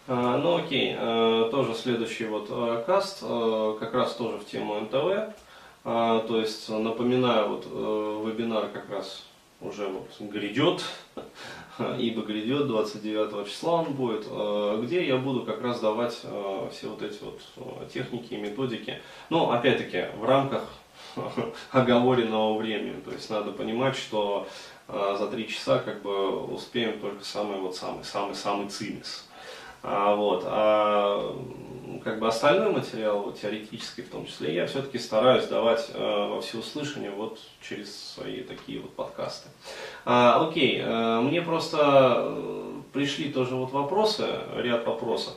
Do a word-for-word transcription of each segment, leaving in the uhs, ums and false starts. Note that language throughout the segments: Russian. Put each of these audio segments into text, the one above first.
А, ну окей, а, тоже следующий вот а, каст, а, как раз тоже в тему эн тэ вэ. А, то есть напоминаю, вот а, вебинар как раз уже вот грядет, ибо грядет, двадцать девятого числа он будет, а, где я буду как раз давать а, все вот эти вот а, техники и методики. Ну, опять-таки, в рамках оговоренного времени. То есть надо понимать, что а, за три часа как бы успеем только самый вот самый самый самый цимис. А, вот, а как бы остальной материал, вот, теоретический в том числе, я все-таки стараюсь давать а, во всеуслышание вот через свои такие вот подкасты. А, окей, а, мне просто пришли тоже вот вопросы, ряд вопросов,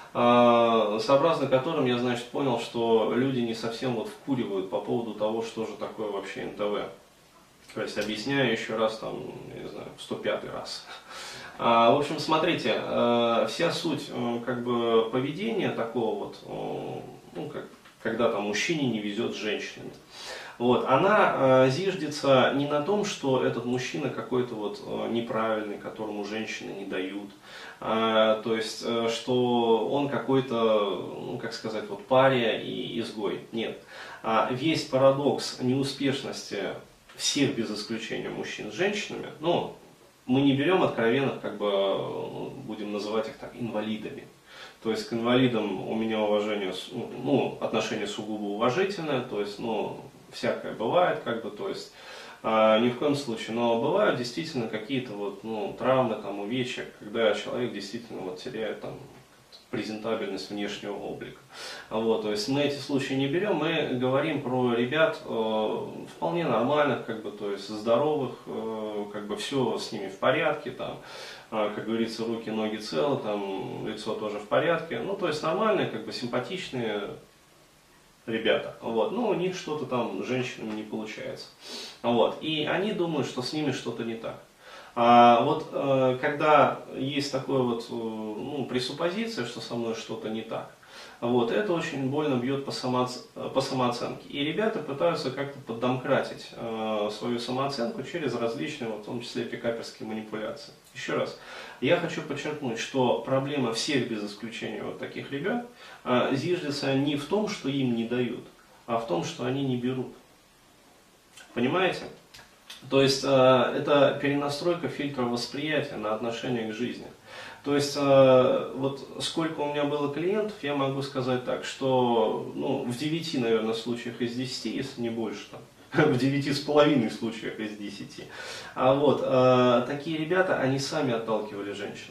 сообразно которым я, значит, понял, что люди не совсем вот вкуривают по поводу того, что же такое вообще эн тэ вэ. То есть объясняю еще раз, там, не знаю, в сто пятый раз. А, в общем, смотрите, вся суть как бы поведения такого вот, ну, как, когда там мужчине не везет с женщинами, вот, она зиждется не на том, что этот мужчина какой-то вот неправильный, которому женщины не дают, а, то есть, что он какой-то, ну, как сказать, вот пария и изгой. Нет. А весь парадокс неуспешности всех без исключения мужчин с женщинами, ну, мы не берем откровенных, как бы, ну, будем называть их так, инвалидами. То есть к инвалидам у меня уважение, ну, отношение сугубо уважительное, то есть, ну, всякое бывает, как бы, то есть, а, ни в коем случае, но бывают действительно какие-то вот, ну, травмы, там, увечья, когда человек действительно вот теряет там презентабельность внешнего облика. Вот, то есть мы эти случаи не берем, мы говорим про ребят э, вполне нормальных, как бы, то есть здоровых, э, как бы все с ними в порядке, там, э, как говорится, руки, ноги целы, там, лицо тоже в порядке, ну, то есть нормальные, как бы симпатичные ребята, вот, но у них что-то там с женщинами не получается, вот, и они думают, что с ними что-то не так. А вот э, когда есть такое вот, ну, пресуппозиция, что со мной что-то не так, вот, это очень больно бьет по, самооц... по самооценке. И ребята пытаются как-то поддомкратить э, свою самооценку через различные, вот, в том числе пикаперские манипуляции. Еще раз, я хочу подчеркнуть, что проблема всех без исключения вот таких ребят э, зиждется не в том, что им не дают, а в том, что они не берут. Понимаете? То есть э, это перенастройка фильтра восприятия на отношение к жизни. То есть э, вот сколько у меня было клиентов, я могу сказать так, что, ну, в девяти, наверное, случаях из десяти, если не больше, там, в девяти с половиной случаях из десяти, а вот э, такие ребята, они сами отталкивали женщин.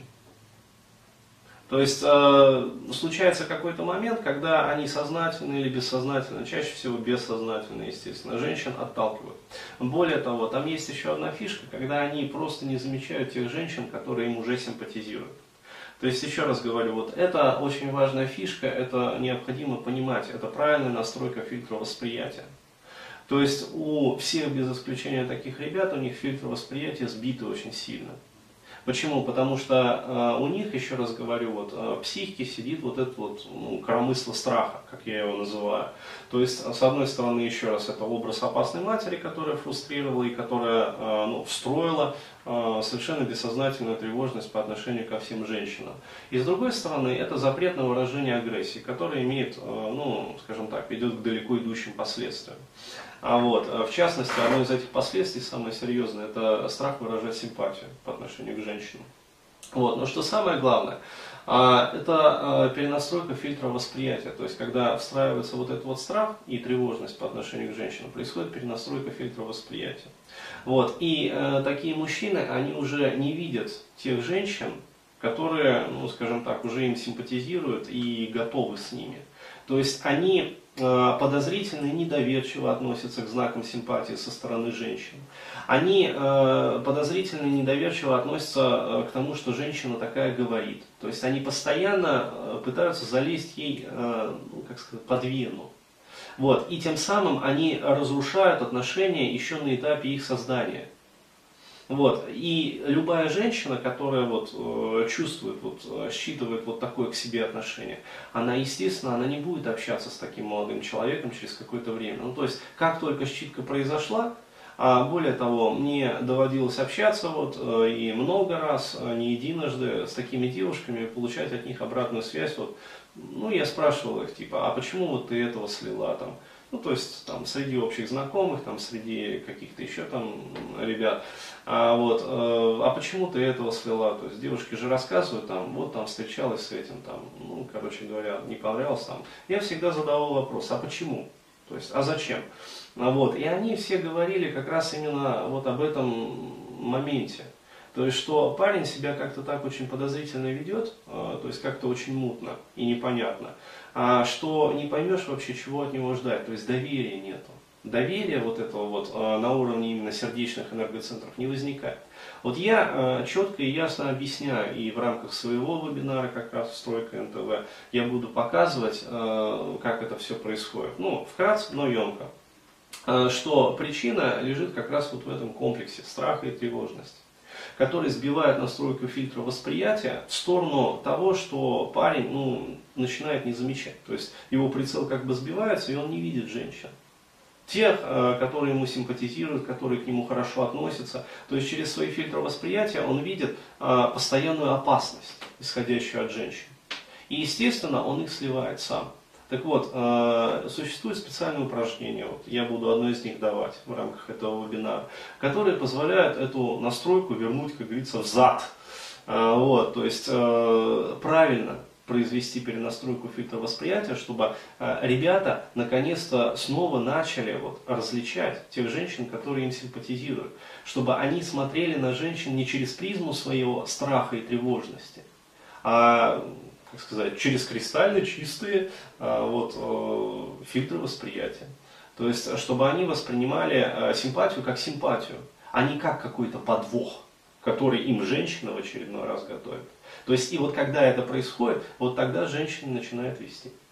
То есть э, случается какой-то момент, когда они сознательно или бессознательно, чаще всего бессознательно, естественно, женщин отталкивают. Более того, там есть еще одна фишка, когда они просто не замечают тех женщин, которые им уже симпатизируют. То есть, еще раз говорю, вот это очень важная фишка, это необходимо понимать, это правильная настройка фильтра восприятия. То есть у всех без исключения таких ребят, у них фильтр восприятия сбиты очень сильно. Почему? Потому что э, у них, еще раз говорю, вот, э, в психике сидит вот это вот, ну, коромысло страха, как я его называю. То есть, с одной стороны, еще раз, это образ опасной матери, которая фрустрировала и которая э, ну, встроила э, совершенно бессознательную тревожность по отношению ко всем женщинам. И с другой стороны, это запрет на выражение агрессии, которое имеет, э, ну, скажем так, ведет к далеко идущим последствиям. А вот, в частности, одно из этих последствий, самое серьезное, это страх выражать симпатию по отношению к женщинам. Вот. Но что самое главное, это перенастройка фильтра восприятия. То есть, когда встраивается вот этот вот страх и тревожность по отношению к женщинам, происходит перенастройка фильтра восприятия. Вот. И э, такие мужчины, они уже не видят тех женщин, которые, ну, скажем так, уже им симпатизируют и готовы с ними. То есть, они подозрительно и недоверчиво относятся к знакам симпатии со стороны женщин. Они э, подозрительно и недоверчиво относятся к тому, что женщина такая говорит. То есть они постоянно пытаются залезть ей, э, ну, как сказать, под вену. Вот. И тем самым они разрушают отношения еще на этапе их создания. Вот. И любая женщина, которая вот, э, чувствует, вот, считывает вот такое к себе отношение, она, естественно, она не будет общаться с таким молодым человеком через какое-то время. Ну, то есть, как только считка произошла, А более того, мне доводилось общаться вот, и много раз, не единожды, с такими девушками, получать от них обратную связь. Вот, ну, я спрашивал их, типа, а почему вот ты этого слила там? Ну, то есть, там, среди общих знакомых, там, среди каких-то еще там ребят. А, вот, э, а почему ты этого слила? То есть, девушки же рассказывают, там, вот, там, встречалась с этим, там, ну, короче говоря, не понравилось, там. Я всегда задавал вопрос, а почему? То есть, а зачем? А, вот, и они все говорили как раз именно вот об этом моменте. То есть, что парень себя как-то так очень подозрительно ведет, э, то есть, как-то очень мутно и непонятно, а, что не поймешь вообще, чего от него ждать, то есть, доверия нету. Доверия вот этого вот э, на уровне именно сердечных энергоцентров не возникает. Вот я э, четко и ясно объясняю, и в рамках своего вебинара, как раз «Стройка эн тэ вэ», я буду показывать, э, как это все происходит. Ну, вкратце, но емко. Э, что причина лежит как раз вот в этом комплексе страха и тревожности, который сбивает настройку фильтра восприятия в сторону того, что парень ну, начинает не замечать. То есть его прицел как бы сбивается, и он не видит женщин. Тех, которые ему симпатизируют, которые к нему хорошо относятся. То есть через свои фильтры восприятия он видит постоянную опасность, исходящую от женщин. И естественно он их сливает сам. Так вот, существует специальное упражнение, вот я буду одно из них давать в рамках этого вебинара, которые позволяют эту настройку вернуть, как говорится, взад. Вот, то есть правильно произвести перенастройку фильтра восприятия, чтобы ребята наконец-то снова начали вот, различать тех женщин, которые им симпатизируют. Чтобы они смотрели на женщин не через призму своего страха и тревожности, а как сказать, через кристально чистые вот, фильтры восприятия. То есть, чтобы они воспринимали симпатию как симпатию, а не как какой-то подвох, который им женщина в очередной раз готовит. То есть, и вот когда это происходит, вот тогда женщина начинает вести.